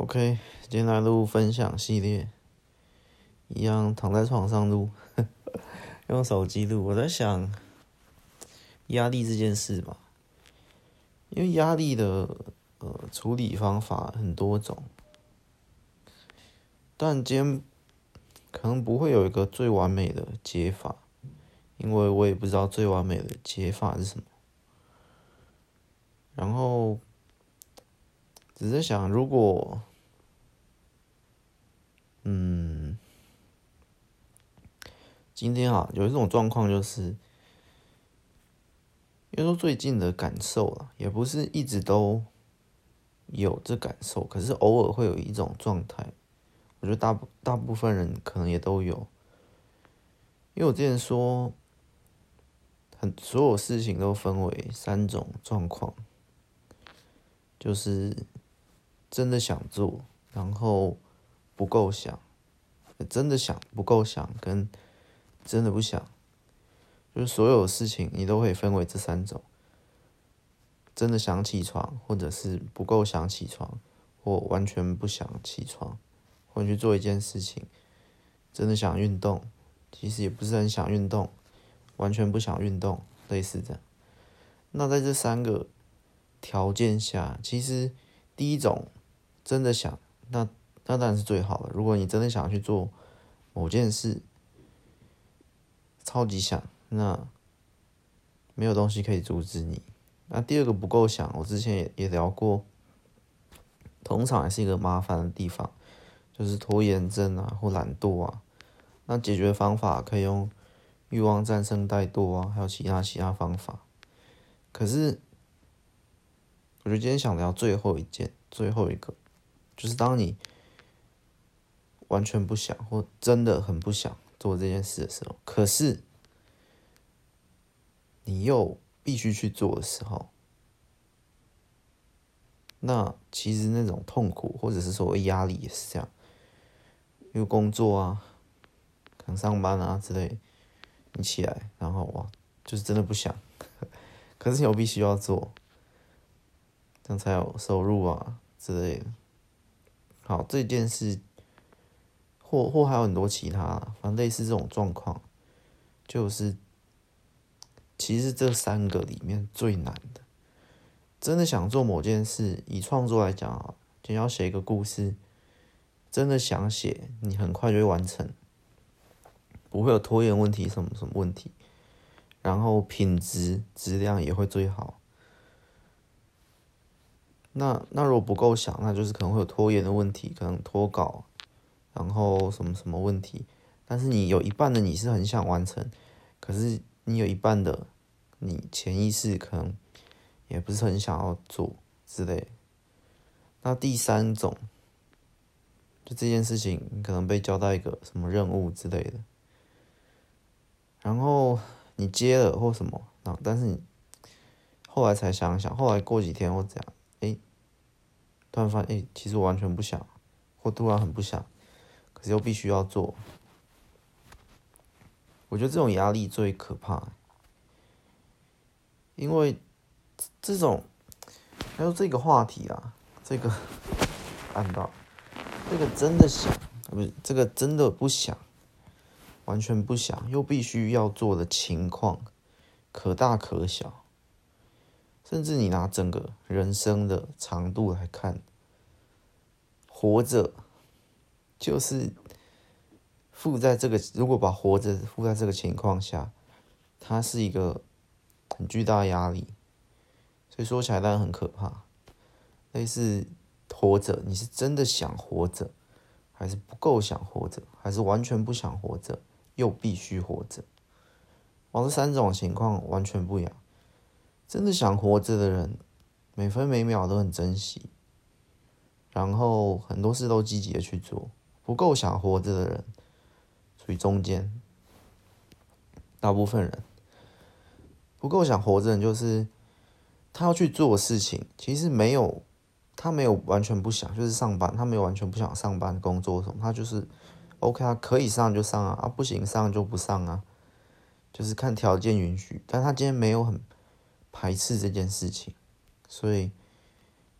OK，今天来录分享系列，一样躺在床上录，用手机录。我在想压力这件事吧，因为压力的处理方法很多种，但今天可能不会有一个最完美的解法，因为我也不知道最完美的解法是什么。然后只是想，如果今天有一种状况，就是因为说最近的感受啦，也不是一直都有这感受，可是偶尔会有一种状态，我觉得大部分人可能也都有。因为我之前说，所有事情都分为3种状况，就是真的想做，然后不够想，真的想不够想，跟真的不想，就是所有事情你都可以分为这3种。真的想起床，或者是不够想起床，或完全不想起床，或者去做一件事情。真的想运动，其实也不是很想运动，完全不想运动，类似这样。那在这3个条件下，其实第一种真的想，那当然是最好的。如果你真的想去做某件事，超级想，那没有东西可以阻止你。那第二个不够想，我之前也聊过，通常还是一个麻烦的地方，就是拖延症或懒惰啊。那解决方法可以用欲望战胜怠惰还有其他方法。可是我觉得今天想聊最后一个，就是当你完全不想或真的很不想做这件事的时候，可是你又必须去做的时候，那其实那种痛苦或者是所谓压力也是这样。因为工作可能上班之类，你起来然后就是真的不想，可是你又必须要做，这样才有收入之类的。好，这件事或还有很多其他，反正类似这种状况，就是其实这3个里面最难的。真的想做某件事，以创作来讲今天要写一个故事，真的想写，你很快就会完成，不会有拖延问题，什么问题，然后质量也会最好。那如果不够想，那就是可能会有拖延的问题，可能拖稿，然后什么问题。但是你有一半的你是很想完成，可是你有一半的你潜意识可能也不是很想要做之类的。那第3种，就这件事情你可能被交代一个什么任务之类的，然后你接了或什么，但是你后来才想，后来过几天或怎样，突然发现，其实我完全不想，或突然很不想，可是又必须要做。我觉得这种压力最可怕，因为这种还有这个话题这个按到这个真的想，不是这个真的不想，完全不想，又必须要做的情况，可大可小。甚至你拿整个人生的长度来看，活着就是如果把活着附在这个情况下，它是一个很巨大的压力，所以说起来当然很可怕。类似活着，你是真的想活着，还是不够想活着，还是完全不想活着，又必须活着？这3种情况完全不一样。真的想活着的人，每分每秒都很珍惜，然后很多事都积极的去做。不够想活着的人，属于中间。大部分人不够想活着的人，就是他要去做的事情，其实他没有完全不想，就是上班，他没有完全不想上班工作什么，他就是 OK，他可以上就上不行上就不上就是看条件允许。但他今天没有很排斥这件事情，所以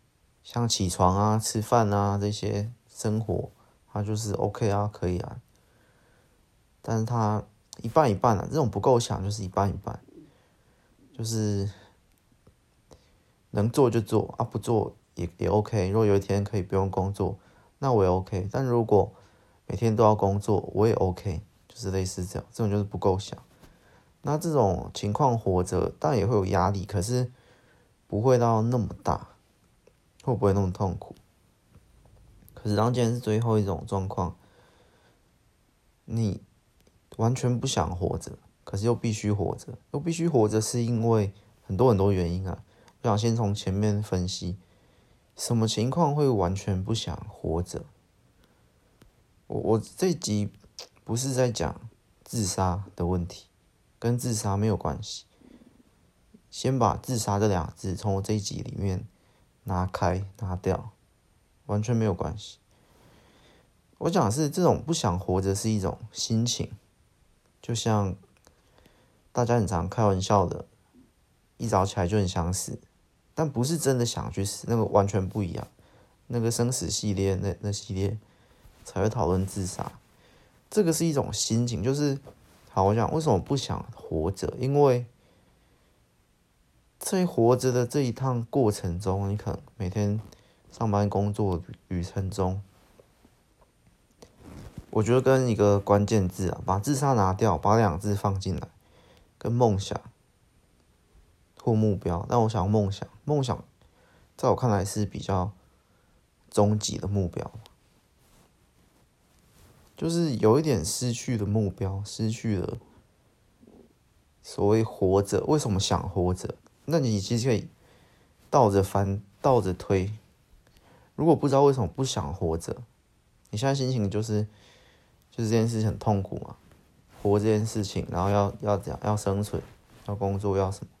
像起床啊、吃饭啊这些生活，他就是 OK 啊，可以啊。但是他一半一半啊，这种不够想就是一半一半，就是能做就做啊，不做也 OK。如果有一天可以不用工作，那我也 OK。但如果每天都要工作，我也 OK，就是类似这样，这种就是不够想。那这种情况活着，当然也会有压力，可是不会到那么大，会不会那么痛苦？可是当今天是最后一种状况，你完全不想活着，可是又必须活着，又必须活着，是因为很多原因啊。我想先从前面分析，什么情况会完全不想活着？我这一集不是在讲自杀的问题，跟自杀没有关系。先把自杀这两个字从我这一集里面拿掉，完全没有关系。我讲的是这种不想活着是一种心情，就像大家很常开玩笑的，一早起来就很想死，但不是真的想去死，那个完全不一样。那个生死系列那系列才会讨论自杀，这个是一种心情，就是好，我讲为什么不想活着，因为在活着的这一趟过程中，你可能每天上班工作旅程中，我觉得跟一个关键字啊，把自杀拿掉，把两个字放进来，跟梦想或目标。但我想梦想在我看来是比较终极的目标，就是有一点失去了目标，失去了所谓活着。为什么想活着？那你其实可以倒着翻，倒着推。如果不知道为什么不想活着，你现在心情就是这件事情很痛苦嘛，活这件事情，然后要怎样，要生存，要工作，要什么？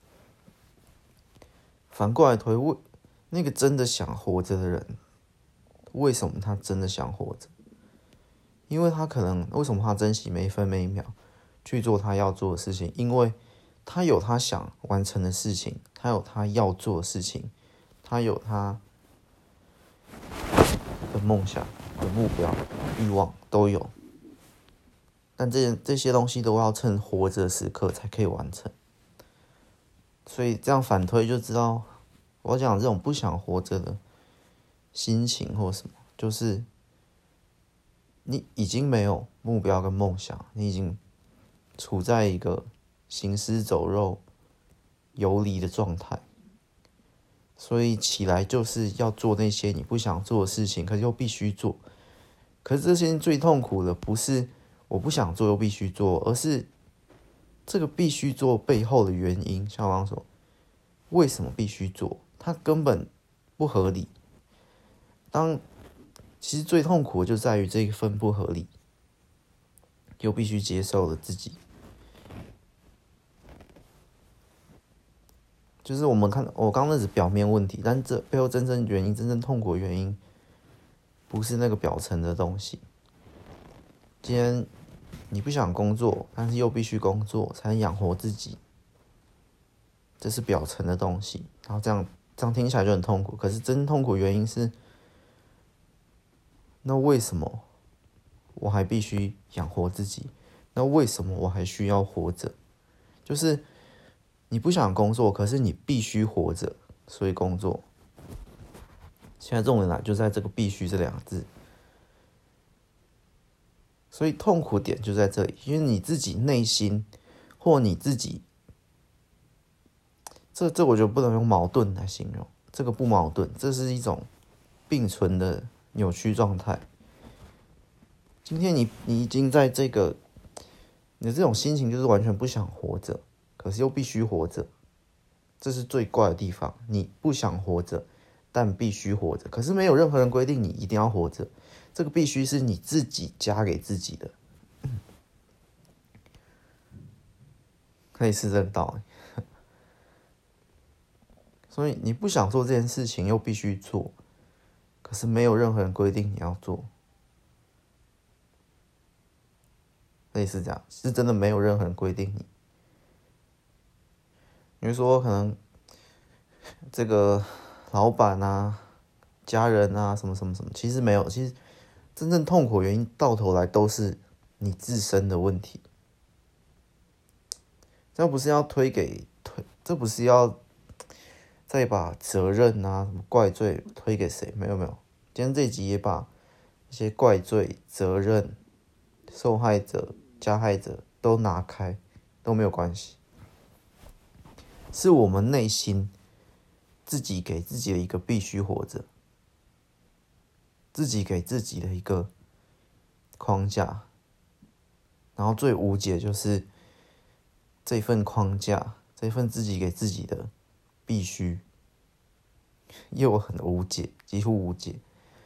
反过来推，那个真的想活着的人，为什么他真的想活着？因为他可能为什么他珍惜每一分每一秒去做他要做的事情？因为他有他想完成的事情，他有他要做的事情，他有他的梦想、的目标、欲望都有。但这些东西都要趁活着的时刻才可以完成。所以这样反推就知道，我讲这种不想活着的心情或什么，就是你已经没有目标跟梦想，你已经处在一个行尸走肉、游离的状态。所以起来就是要做那些你不想做的事情，可是又必须做。可是这些最痛苦的不是我不想做又必须做，而是这个必须做背后的原因。像我刚刚说，为什么必须做？它根本不合理。其实最痛苦的就在于这一份不合理，又必须接受了自己。就是我刚刚那是表面问题，但这背后真正原因、真正痛苦的原因，不是那个表层的东西。今天你不想工作，但是又必须工作才能养活自己，这是表层的东西。然后这样听起来就很痛苦，可是真痛苦的原因是，那为什么我还必须养活自己？那为什么我还需要活着？就是你不想工作，可是你必须活着，所以工作。现在重点来就在这个"必须"这两个字。所以痛苦点就在这里，因为你自己内心或你自己，这我觉得不能用矛盾来形容，这个不矛盾，这是一种并存的扭曲状态。今天你已经在这个，你的这种心情就是完全不想活着，可是又必须活着，这是最怪的地方。你不想活着，但必须活着，可是没有任何人规定你一定要活着。这个必须是你自己加给自己的，类似这个道理。所以你不想做这件事情，又必须做，可是没有任何人规定你要做，类似这样，是真的没有任何人规定你。你会说可能这个老板啊， 家人啊，什么什么什么，其实没有，其实真正痛苦的原因到头来都是你自身的问题。这不是要这不是要再把责任啊、什么怪罪推给谁？没有没有，今天这集也把一些怪罪、责任、受害者、加害者都拿开，都没有关系。是我们内心自己给自己的一个必须活着，自己给自己的一个框架，然后最无解就是这份框架，这份自己给自己的必须，又很无解，几乎无解。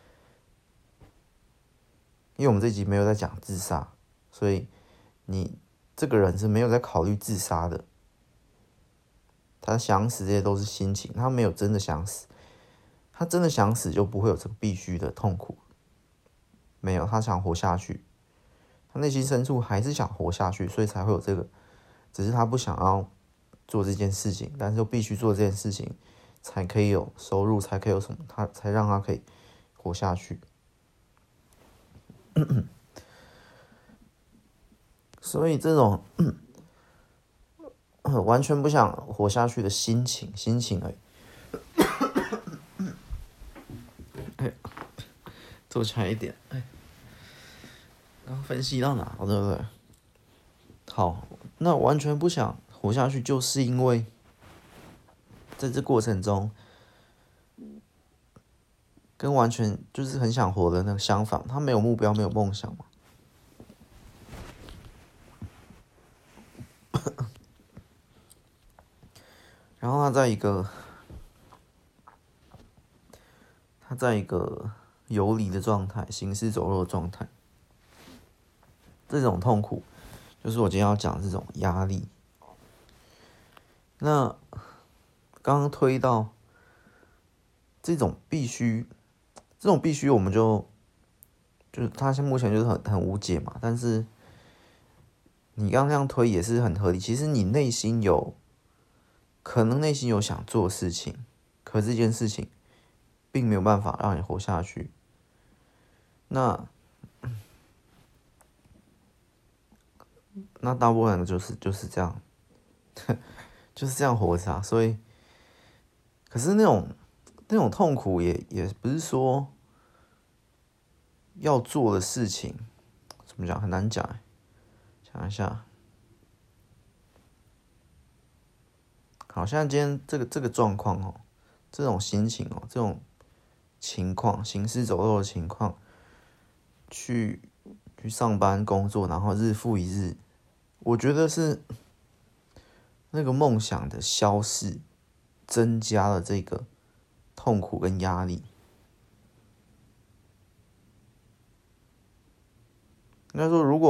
因为我们这集没有在讲自杀，所以你这个人是没有在考虑自杀的。他想死这些都是心情，他没有真的想死。他真的想死就不会有这个必须的痛苦。没有，他想活下去，他内心深处还是想活下去，所以才会有这个。只是他不想要做这件事情，但是又必须做这件事情，才可以有收入，才可以有什么，才让他可以活下去。所以这种完全不想活下去的心情而已。坐起来一点。刚刚分析到哪？对不对？好，那完全不想活下去，就是因为在这过程中，跟完全就是很想活的那个相反，他没有目标，没有梦想嘛。然后他在一个游离的状态，行尸走肉的状态，这种痛苦，就是我今天要讲的这种压力。那刚刚推到这种必须，我们就是他目前就是很无解嘛。但是你刚刚这样推也是很合理。其实你可能内心有想做的事情，可这件事情并没有办法让你活下去。那大部分人就是这样，就是这样活着啊。所以，可是那种痛苦也不是说要做的事情，怎么讲很难讲。想一下，好，现在今天这个状况哦，这种心情哦，这种情况，行尸走肉的情况，去上班工作，然后日复一日，我觉得是那个梦想的消逝，增加了这个痛苦跟压力。应该说，如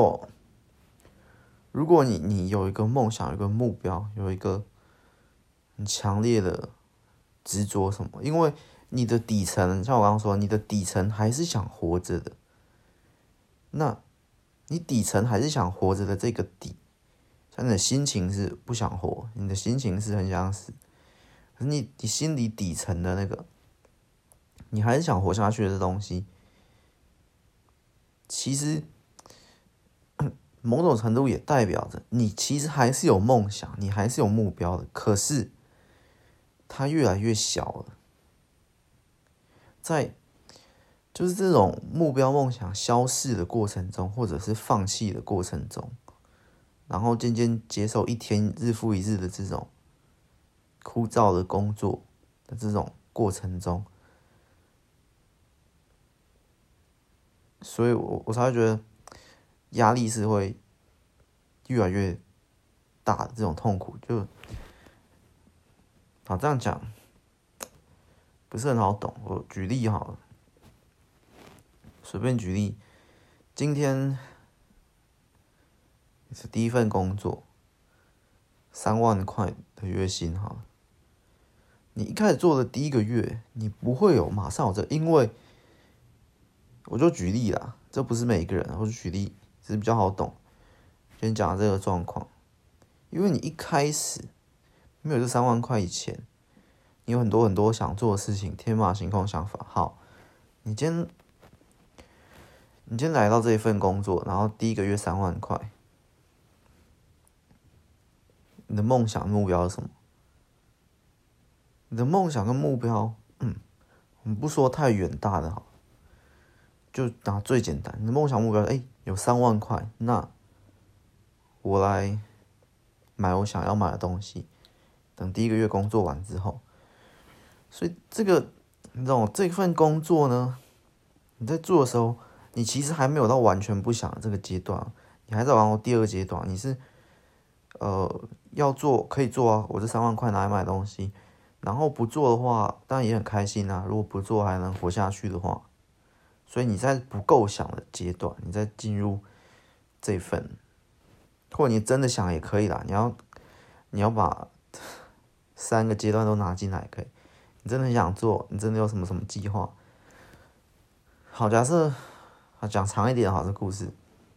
果你有一个梦想，有一个目标，有一个很强烈的执着什么，因为你的底层，像我刚刚说，你的底层还是想活着的。那你底层还是想活着的这个底，像你的心情是不想活，你的心情是很想死，可是你心里底层的那个，你还是想活下去的这东西，其实某种程度也代表着你其实还是有梦想，你还是有目标的，可是它越来越小了。在就是这种目标梦想消逝的过程中，或者是放弃的过程中，然后渐渐接受一天日复一日的这种枯燥的工作的这种过程中，所以我才会觉得压力是会越来越大的这种痛苦。就这样讲不是很好懂，我举例好了。随便举例，今天是第一份工作，3万块的月薪好了。你一开始做的第一个月，你不会有马上有这，因为我就举例啦，这不是每一个人，我就举例，只是比较好懂。先讲这个状况，因为你一开始没有这3万块以前，你有很多想做的事情，天马行空想法。好， 你今天来到这一份工作，然后第一个月3万块，你的梦想目标是什么？你的梦想跟目标，我们不说太远大的好，就拿最简单，你的梦想目标，有3万块，那我来买我想要买的东西。等第一个月工作完之后，所以你知道吗？这份工作呢，你在做的时候，你其实还没有到完全不想的这个阶段，你还在往第2个阶段，你是要做可以做啊，我这3万块拿来买东西。然后不做的话，当然也很开心啊。如果不做还能活下去的话，所以你在不够想的阶段，你在进入这份，或者你真的想也可以啦。你要把3个阶段都拿进来，可以。你真的很想做，你真的有什么计划？好，假设讲长一点好，这故事。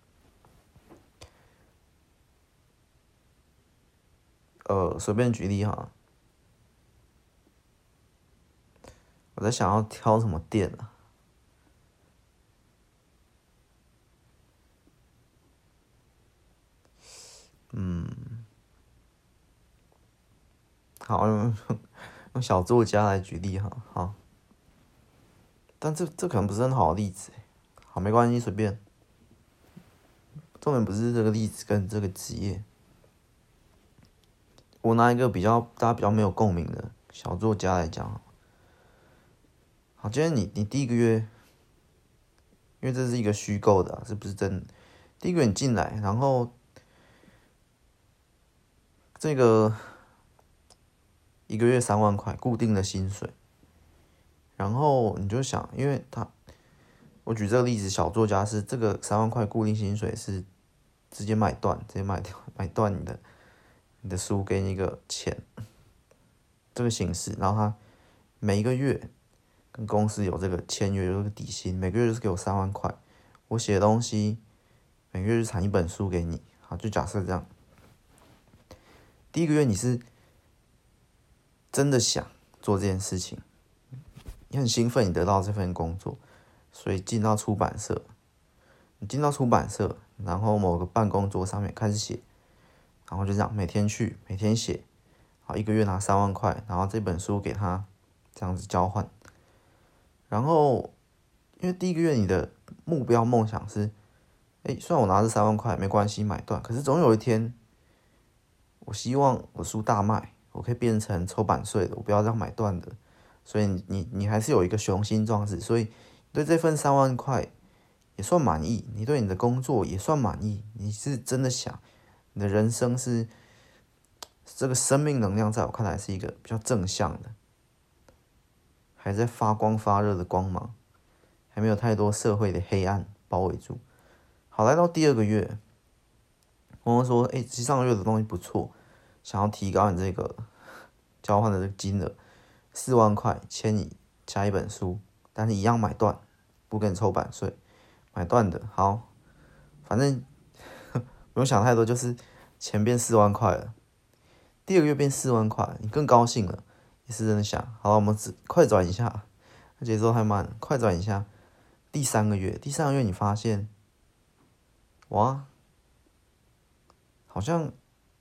随便举例哈。我在想要挑什么店啊？好，用小作家来举例哈。好，但这可能不是很好的例子。好，没关系，随便。重点不是这个例子跟这个职业。我拿一个大家比较没有共鸣的小作家来讲。好，今天你第一个月，因为这是一个虚构的，这不是真的。第一个月你进来，然后这个1个月3万块固定的薪水，然后你就想，因为我举这个例子，小作家是这个3万块固定薪水是直接买断，直接买断你的书，给你一个钱，这个形式，然后他每一个月跟公司有这个签约，有这个底薪，每个月就是给我3万块，我写的东西每个月就产1本书给你。好，就假设这样。第一个月你是真的想做这件事情，你很兴奋，你得到这份工作，所以进到出版社。你进到出版社，然后某个办公桌上面开始写，然后就这样每天去，每天写，好1个月拿3万块，然后这本书给他这样子交换。然后因为第一个月你的目标梦想是，虽然我拿这3万块没关系买断，可是总有一天，我希望我书大卖，我可以变成抽版税的，我不要这样买断的。所以你还是有一个雄心壮志，所以对这份3万块也算满意，你对你的工作也算满意，你是真的想，你的人生是这个生命能量，在我看来是一个比较正向的，还在发光发热的光芒，还没有太多社会的黑暗包围住。好，来到第2个月，我说，其实上个月的东西不错，想要提高你这个交换的这个金额，4万块签你加1本书，但是一样买断，不跟你抽版税，买断的。好，反正不用想太多，就是钱变4万块了。第2个月变4万块，你更高兴了，也是真的想。好了，我们快转一下，节奏太慢了，快转一下。第3个月，你发现，哇，好像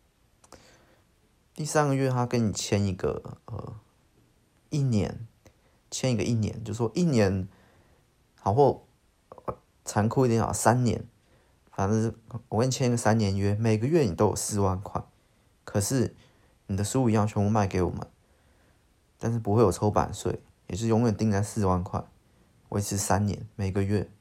第3个月他跟你签一个1年，签一个1年，就说1年，好，或残酷一点好，3年，反正我跟你签一个3年约，每个月你都有4万块，可是你的书一样全部卖给我们，但是不会有抽版税，也是永远定在4万块，维持3年，每个月，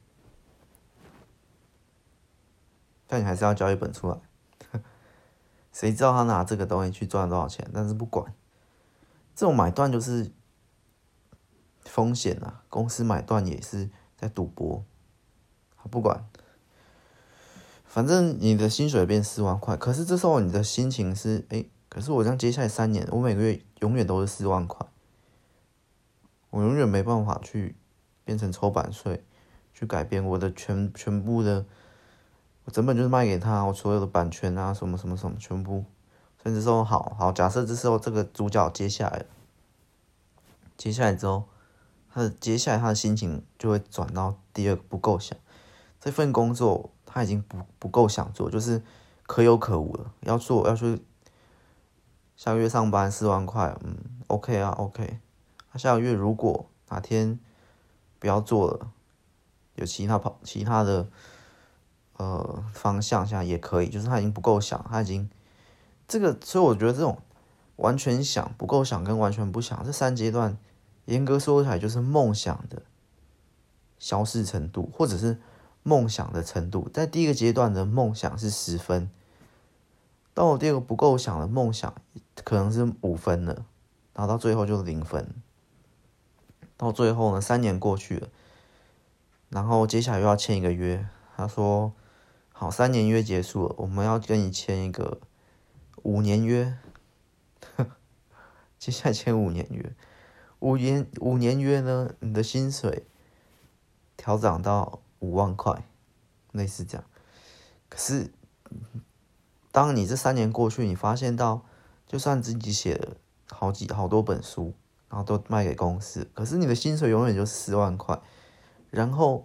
但你还是要交1本出来。谁知道他拿这个东西去赚多少钱？但是不管，这种买断就是风险啊，公司买断也是在赌博。不管，反正你的薪水变4万块，可是这时候你的心情是，可是我这样接下来3年，我每个月永远都是4万块，我永远没办法去变成抽版税，去改变我的全部的，我整本就是卖给他，我所有的版权啊，什么全部，甚至说好，假设这时候这个主角接下来之后， 接下来他的心情就会转到第二个不够想，这份工作他已经不够想做，就是可有可无了。要去下个月上班4万块，OK 啊 OK。他下个月如果哪天不要做了，有其他的方向下也可以，就是他已经不够想，他已经所以我觉得这种完全想、不够想跟完全不想这3阶段，严格说起来就是梦想的消逝程度，或者是梦想的程度。在第一个阶段的梦想是10分，到我第二个不够想的梦想可能是5分了，然后到最后就是0分。到最后呢，3年过去了，然后接下来又要签一个约。他说：“好，3年约结束了，我们要跟你签一个5年约。接下来签5年约，5年约呢，你的薪水调涨到5万块，类似这样。可是，当你这3年过去，你发现到，就算自己写了好多本书，然后都卖给公司，可是你的薪水永远就4万块。然后，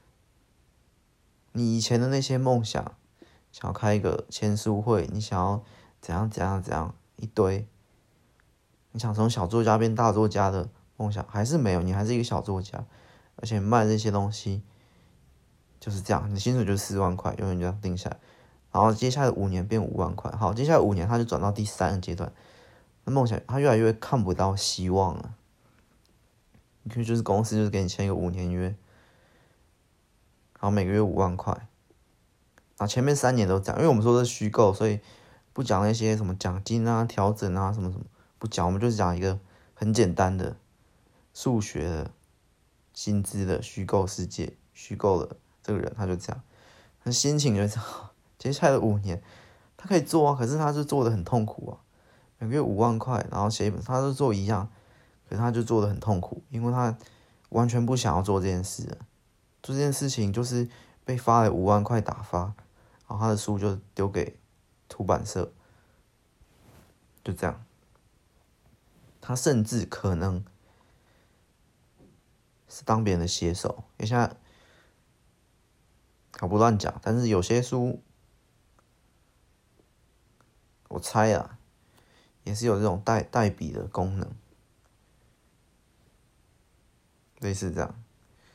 你以前的那些梦想，想要开一个签书会，你想要怎样一堆，你想从小作家变大作家的梦想还是没有，你还是一个小作家，而且卖这些东西就是这样，你的薪水就是4万块，永远就这样定下来。然后接下来5年变5万块，好，接下来5年他就转到第3个阶段，那梦想他越来越看不到希望了。你可以就是公司就是给你签一个5年约，然后每个月5万块，然后前面3年都这样，因为我们说的是虚构，所以不讲那些什么奖金啊、调整啊什么不讲，我们就是讲一个很简单的数学的薪资的虚构世界，虚构的这个人他就这样，他心情就这样。接下来的5年，他可以做啊，可是他是做的很痛苦啊。每个月5万块，然后写一本，他都做一样，可是他就做的很痛苦，因为他完全不想要做这件事了。做这件事情就是被发了5万块打发，然后他的书就丢给出版社，就这样。他甚至可能是当别人的写手，因为现在我不乱讲，但是有些书我猜啊，也是有这种代笔的功能，类似这样。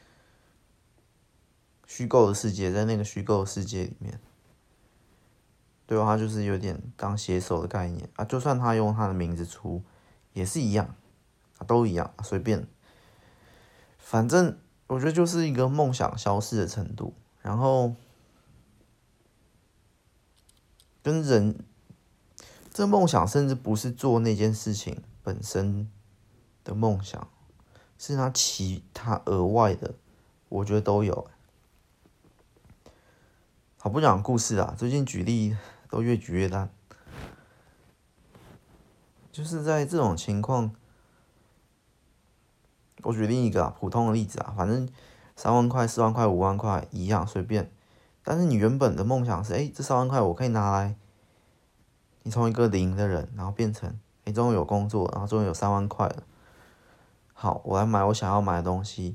虚构的世界，在那个虚构的世界里面，对吧？他就是有点当写手的概念啊。就算他用他的名字出，也是一样，都一样，随便。反正我觉得就是一个梦想消逝的程度，然后跟人。这梦想甚至不是做那件事情本身的梦想，是他其他额外的，我觉得都有。好，不讲故事啊，最近举例都越举越烂。就是在这种情况，我举另一个普通的例子啊，反正3万块、4万块、5万块一样随便。但是你原本的梦想是，这3万块我可以拿来。你从一个0的人，然后变成，终于有工作，然后终于有3万块了。好，我来买我想要买的东西，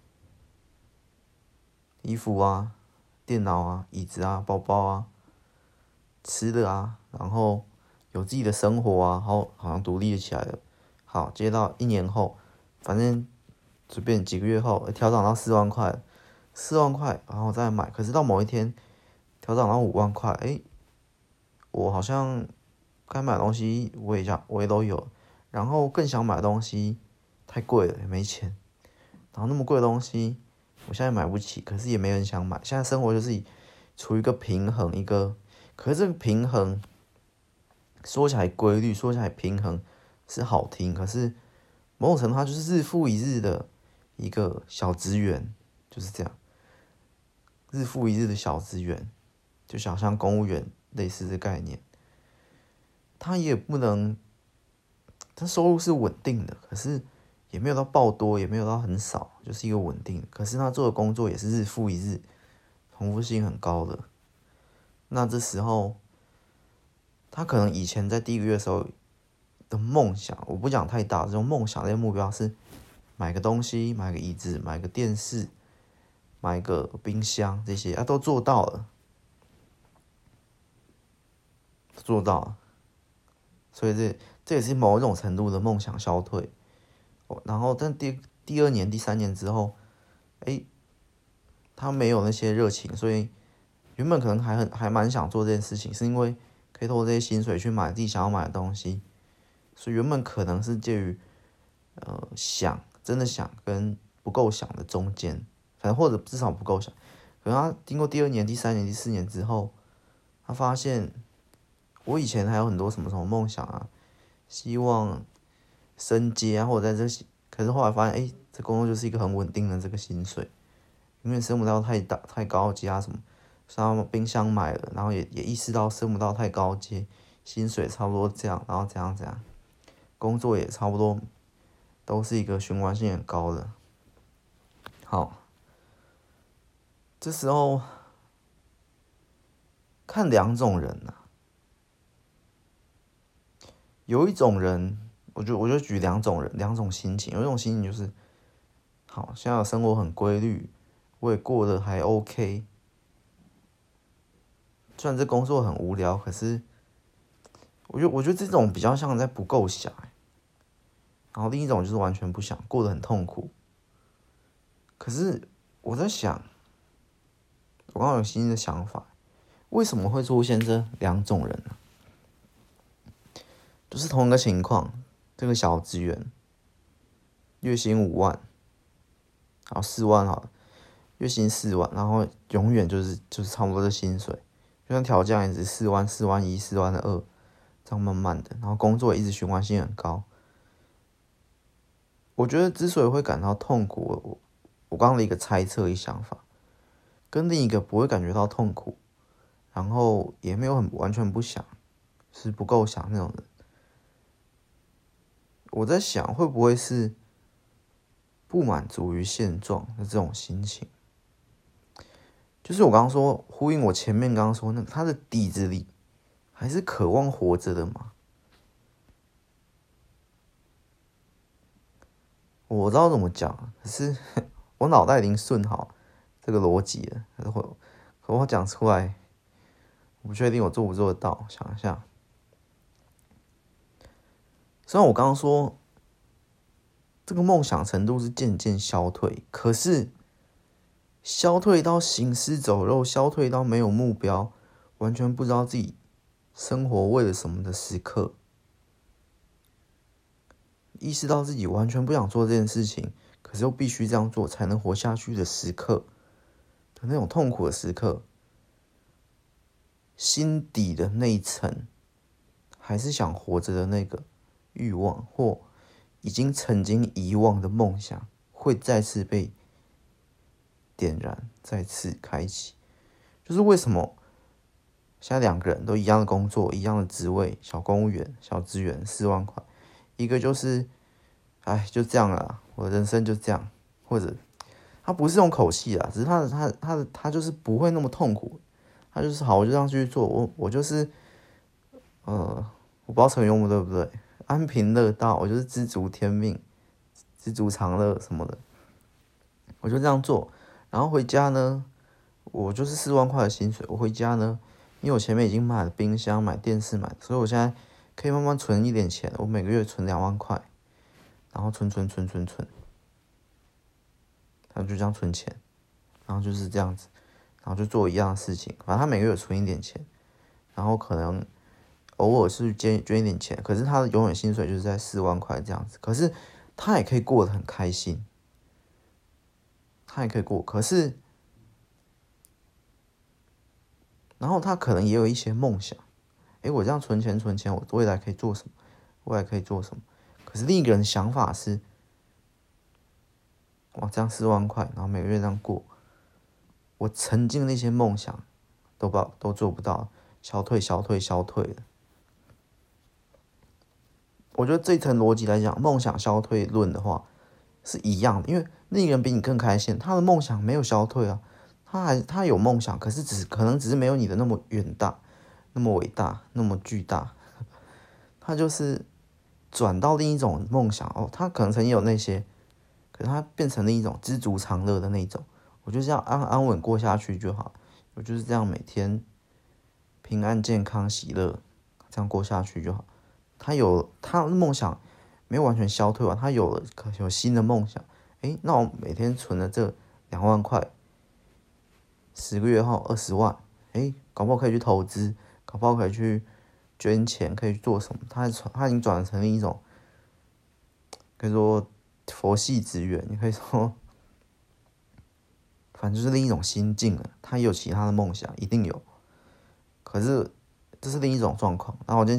衣服啊、电脑啊、椅子啊、包包啊、吃的啊，然后有自己的生活啊，然后好像独立起来了。好，接到1年后，反正随便几个月后，调涨到4万块了，4万块，然后再买。可是到某一天，调涨到5万块，我好像该买的东西我也都有，然后更想买的东西太贵了，也没钱。然后那么贵的东西，我现在买不起，可是也没人想买。现在生活就是处于一个平衡，可是这个平衡说起来规律，说起来平衡是好听，可是某种程度它就是日复一日的一个小资源，就是这样，日复一日的小资源，就想像公务员类似的概念。他也不能，他收入是稳定的，可是也没有到爆多，也没有到很少，就是一个稳定的。可是他做的工作也是日复一日，重复性很高的。那这时候，他可能以前在第1个月的时候的梦想，我不讲太大，这种梦想这些目标是买个东西，买个椅子，买个电视，买个冰箱，这些都做到了，所以这也是某种程度的梦想消退。然后，但第二年、第三年之后，他没有那些热情，所以原本可能还蛮想做这件事情，是因为可以透过这些薪水去买自己想要买的东西，所以原本可能是介于真的想跟不够想的中间，反正或者至少不够想。可能他经过第二年、第三年、第四年之后，他发现我以前还有很多什么什么梦想啊，希望升阶啊，或者在这，可是后来发现，这工作就是一个很稳定的这个薪水，因为升不到太高阶啊什么，像冰箱买了，然后也意识到升不到太高阶，薪水差不多这样，然后怎样，工作也差不多，都是一个循环性很高的。好，这时候看两种人啊，有一种人，我就举两种人，两种心情。有一种心情就是，好，现在的生活很规律，我也过得还 OK。虽然这工作很无聊，可是我觉得这种比较像在不够想。然后另一种就是完全不想，过得很痛苦。可是我在想，我刚刚有新的想法，为什么会出现这两种人呢？就是同一个情况，这个小职员，月薪5万，好4万好了，月薪4万，然后永远就是差不多的薪水，就算调降也只4万、4万1、4万2，这样慢慢的，然后工作也一直循环性很高。我觉得之所以会感到痛苦，我刚刚的一个猜测想法，跟另一个不会感觉到痛苦，然后也没有完全不想，是不够想那种人。我在想，会不会是不满足于现状的这种心情？就是我刚刚说，呼应我前面刚刚说那个，他的底子里还是渴望活着的嘛。我知道怎么讲，可是我脑袋已经顺好这个逻辑了，可我讲出来，我不确定我做不做得到。想一下，虽然我刚刚说这个梦想程度是渐渐消退，可是消退到行尸走肉，消退到没有目标，完全不知道自己生活为了什么的时刻，意识到自己完全不想做这件事情，可是又必须这样做才能活下去的时刻的那种痛苦的时刻，心底的那一层还是想活着的那个欲望，或已经曾经遗忘的梦想，会再次被点燃，再次开启。就是为什么现在两个人都一样的工作，一样的职位，小公务员、小职员，4万块，一个就是，就这样了，我的人生就这样，或者他不是用口气啊，只是他就是不会那么痛苦，他就是好，我就这样继续做，我就是，我不知道成语用不对不对，安贫乐道，我就是知足天命，知足常乐什么的，我就这样做，然后回家呢，我就是4万块的薪水，我回家呢，因为我前面已经买了冰箱、买电视、所以我现在可以慢慢存一点钱，我每个月存2万块，然后存，他就这样存钱，然后就是这样子，然后就做一样的事情，反正他每个月有存一点钱，然后可能偶尔是捐一点钱，可是他的永远薪水就是在4万块这样子，可是他也可以过得很开心，他也可以过，可是，然后他可能也有一些梦想，我这样存钱，我未来可以做什么？未来可以做什么？可是另一个人想法是，哇，这样4万块，然后每个月这样过，我曾经的那些梦想都做不到，消退了。我觉得这一层逻辑来讲，梦想消退论的话是一样的，因为另一个人比你更开心，他的梦想没有消退啊，他有梦想，可是可能只是没有你的那么远大，那么伟大，那么巨大，他就是转到另一种梦想哦，他可能曾经有那些，可可是它变成了一种知足常乐的那种，我就这样安稳过下去就好，我就是这样每天平安健康喜乐这样过下去就好。他的梦想没有完全消退完，他有新的梦想，那我每天存了这2万块，10个月后20万，搞不好可以去投资，搞不好可以去捐钱，可以去做什么？他已经转成了一种，可以说佛系职员，你可以说，反正就是另一种心境了。他也有其他的梦想，一定有，可是这是另一种状况。然后我今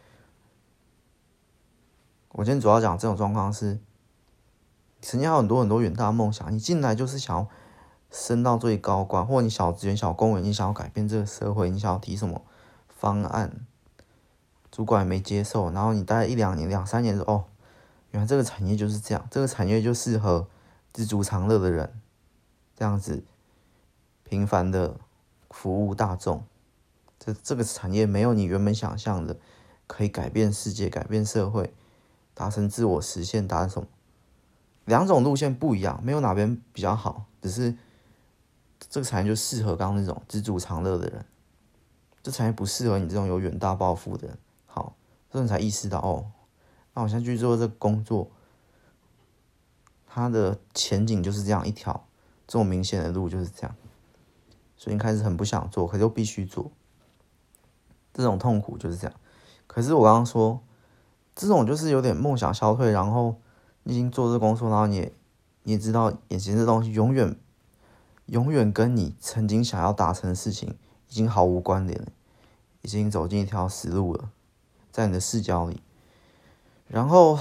天主要讲这种状况是，曾经有很多远大的梦想，你进来就是想要升到最高官，或者你小职员、小公务员，你想要改变这个社会，你想要提什么方案，主管也没接受，然后你待1、2年、2、3年之后，原来这个产业就是这样，这个产业就适合知足常乐的人，这样子平凡的服务大众。这个产业没有你原本想象的可以改变世界、改变社会、达成自我实现、达成什么。2种路线不一样，没有哪边比较好，只是这个产业就适合刚刚那种知足常乐的人，这产业不适合你这种有远大抱负的人。好，这种才意识到那我现在去做这个工作，它的前景就是这样一条这种明显的路就是这样，所以一开始很不想做，可是又必须做，这种痛苦就是这样。可是我刚刚说，这种就是有点梦想消退，然后你已经做这工作，然后你也知道眼前这东西永远跟你曾经想要达成的事情已经毫无关联了，已经走进一条死路了，在你的视角里。然后，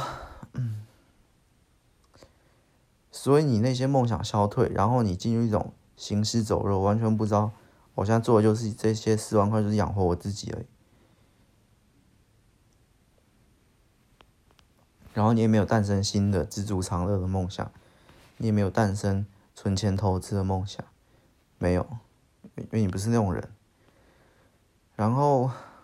所以你那些梦想消退，然后你进入一种行尸走肉，完全不知道我现在做的就是这些4万块，就是养活我自己而已。然后你也没有诞生新的知足常乐的梦想，你也没有诞生存钱投资的梦想，没有，因为你不是那种人。然后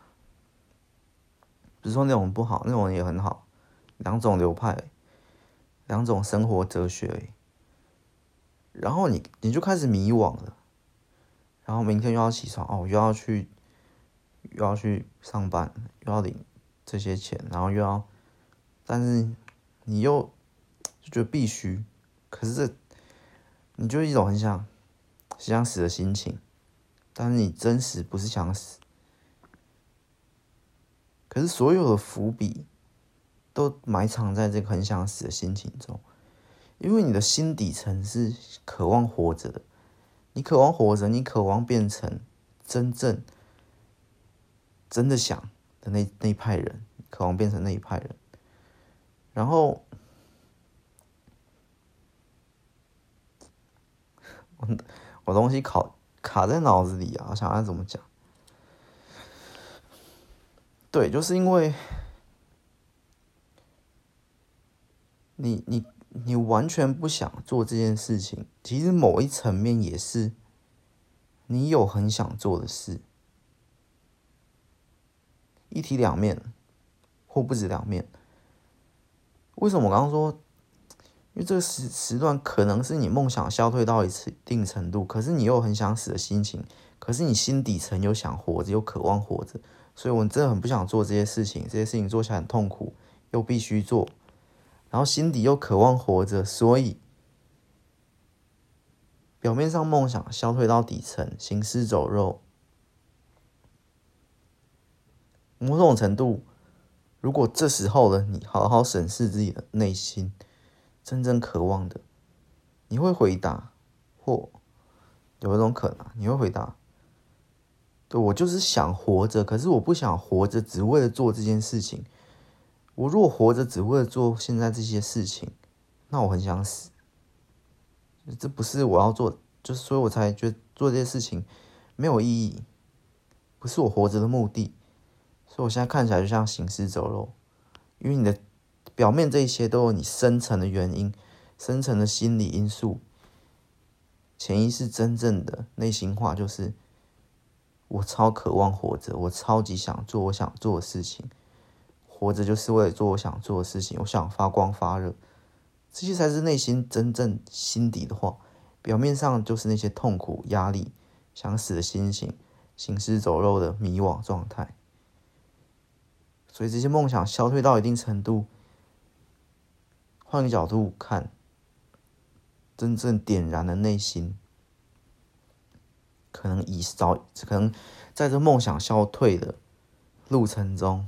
不是说那种不好，那种也很好，2种流派，2种生活哲学而已。然后你就开始迷惘了，然后明天又要起床，又要去上班，又要领这些钱，然后但是你又就觉得必须，可是你就一种很想死的心情，但是你真实不是想死，可是所有的伏笔都埋藏在这个很想死的心情中，因为你的心底层是渴望活着的，你渴望活着，你渴望变成真的想的那一派人，渴望变成那一派人。然后我东西卡在脑子里啊，我想要怎么讲？对，就是因为你完全不想做这件事情，其实某一层面也是你有很想做的事，一体两面，或不止两面。为什么我刚刚说？因为这个时段可能是你梦想消退到一定程度，可是你又很想死的心情，可是你心底层又想活着，又渴望活着，所以我真的很不想做这些事情，这些事情做起来很痛苦，又必须做，然后心底又渴望活着，所以表面上梦想消退到底层，行尸走肉。某种程度，如果这时候的你好好审视自己的内心，真正渴望的，你会回答，或有一种可能，你会回答，对，我就是想活着，可是我不想活着只为了做这件事情。我如果活着只为了做现在这些事情，那我很想死。这不是我要做，就是所以我才觉得做这些事情没有意义，不是我活着的目的。所以我现在看起来就像行尸走肉，因为你的表面这一些都有你深层的原因，深层的心理因素，潜意识真正的内心话就是我超渴望活着，我超级想做我想做的事情，活着就是为了做我想做的事情，我想发光发热， 这些才是内心真正心底的话。表面上就是那些痛苦、压力、想死的心情、行尸走肉的迷惘状态。所以这些梦想消退到一定程度，换个角度看，真正点燃的内心，可能在这梦想消退的路程中，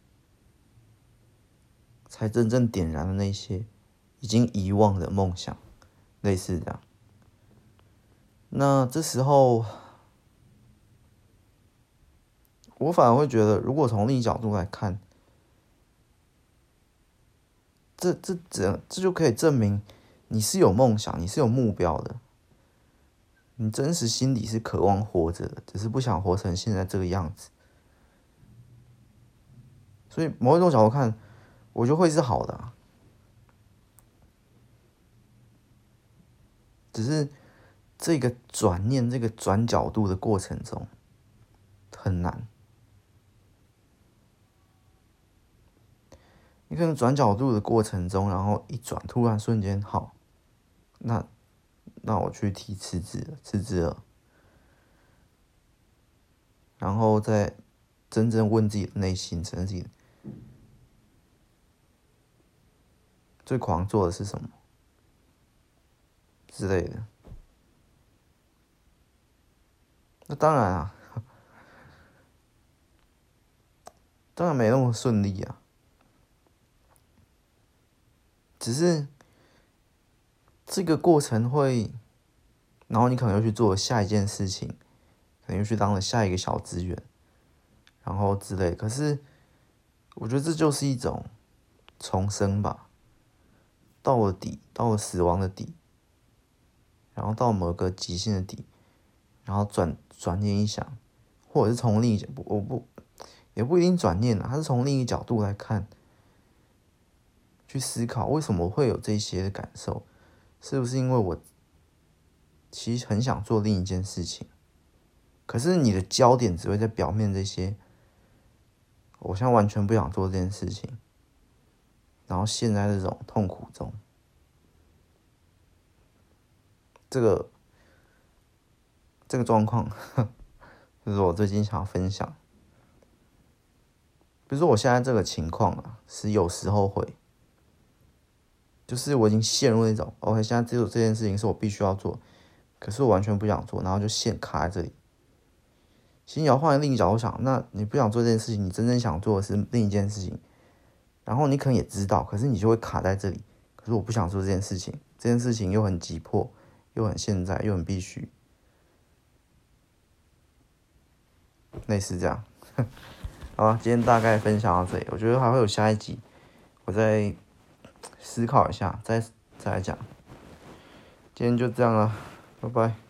才真正点燃了那些已经遗忘的梦想，类似这样。那这时候，我反而会觉得，如果从另一角度来看，这就可以证明你是有梦想，你是有目标的，你真实心里是渴望活着的，只是不想活成现在这个样子。所以某一种角度看，我觉得会是好的啊。只是这个转念、这个转角度的过程中很难。你可能转角度的过程中，然后一转，突然瞬间好，那我去提辞职了，然后再真正问自己的内心，承认自己最狂做的是什么之类的。那当然啊，当然没那么顺利啊。只是这个过程会，然后你可能又去做下一件事情，可能又去当了下一个小职员，然后之类。可是我觉得这就是一种重生吧，到了底，到了死亡的底，然后到某个极限的底，然后转念一想，或者是从另一也不一定转念啊，他是从另一个角度来看。去思考为什么会有这些的感受，是不是因为我其实很想做另一件事情，可是你的焦点只会在表面这些，我现在完全不想做这件事情，然后陷在这种痛苦中，这个状况，就是我最近想要分享。比如说我现在这个情况啊，是有时候会。就是我已经陷入那种 ，OK， 现在这件事情是我必须要做，可是我完全不想做，然后就卡在这里。其实你要换另一个角度想，那你不想做这件事情，你真正想做的是另一件事情，然后你可能也知道，可是你就会卡在这里。可是我不想做这件事情，这件事情又很急迫，又很现在，又很必须，类似这样。好了，今天大概分享到这里，我觉得还会有下一集，我再思考一下，再来讲。今天就这样了，拜拜。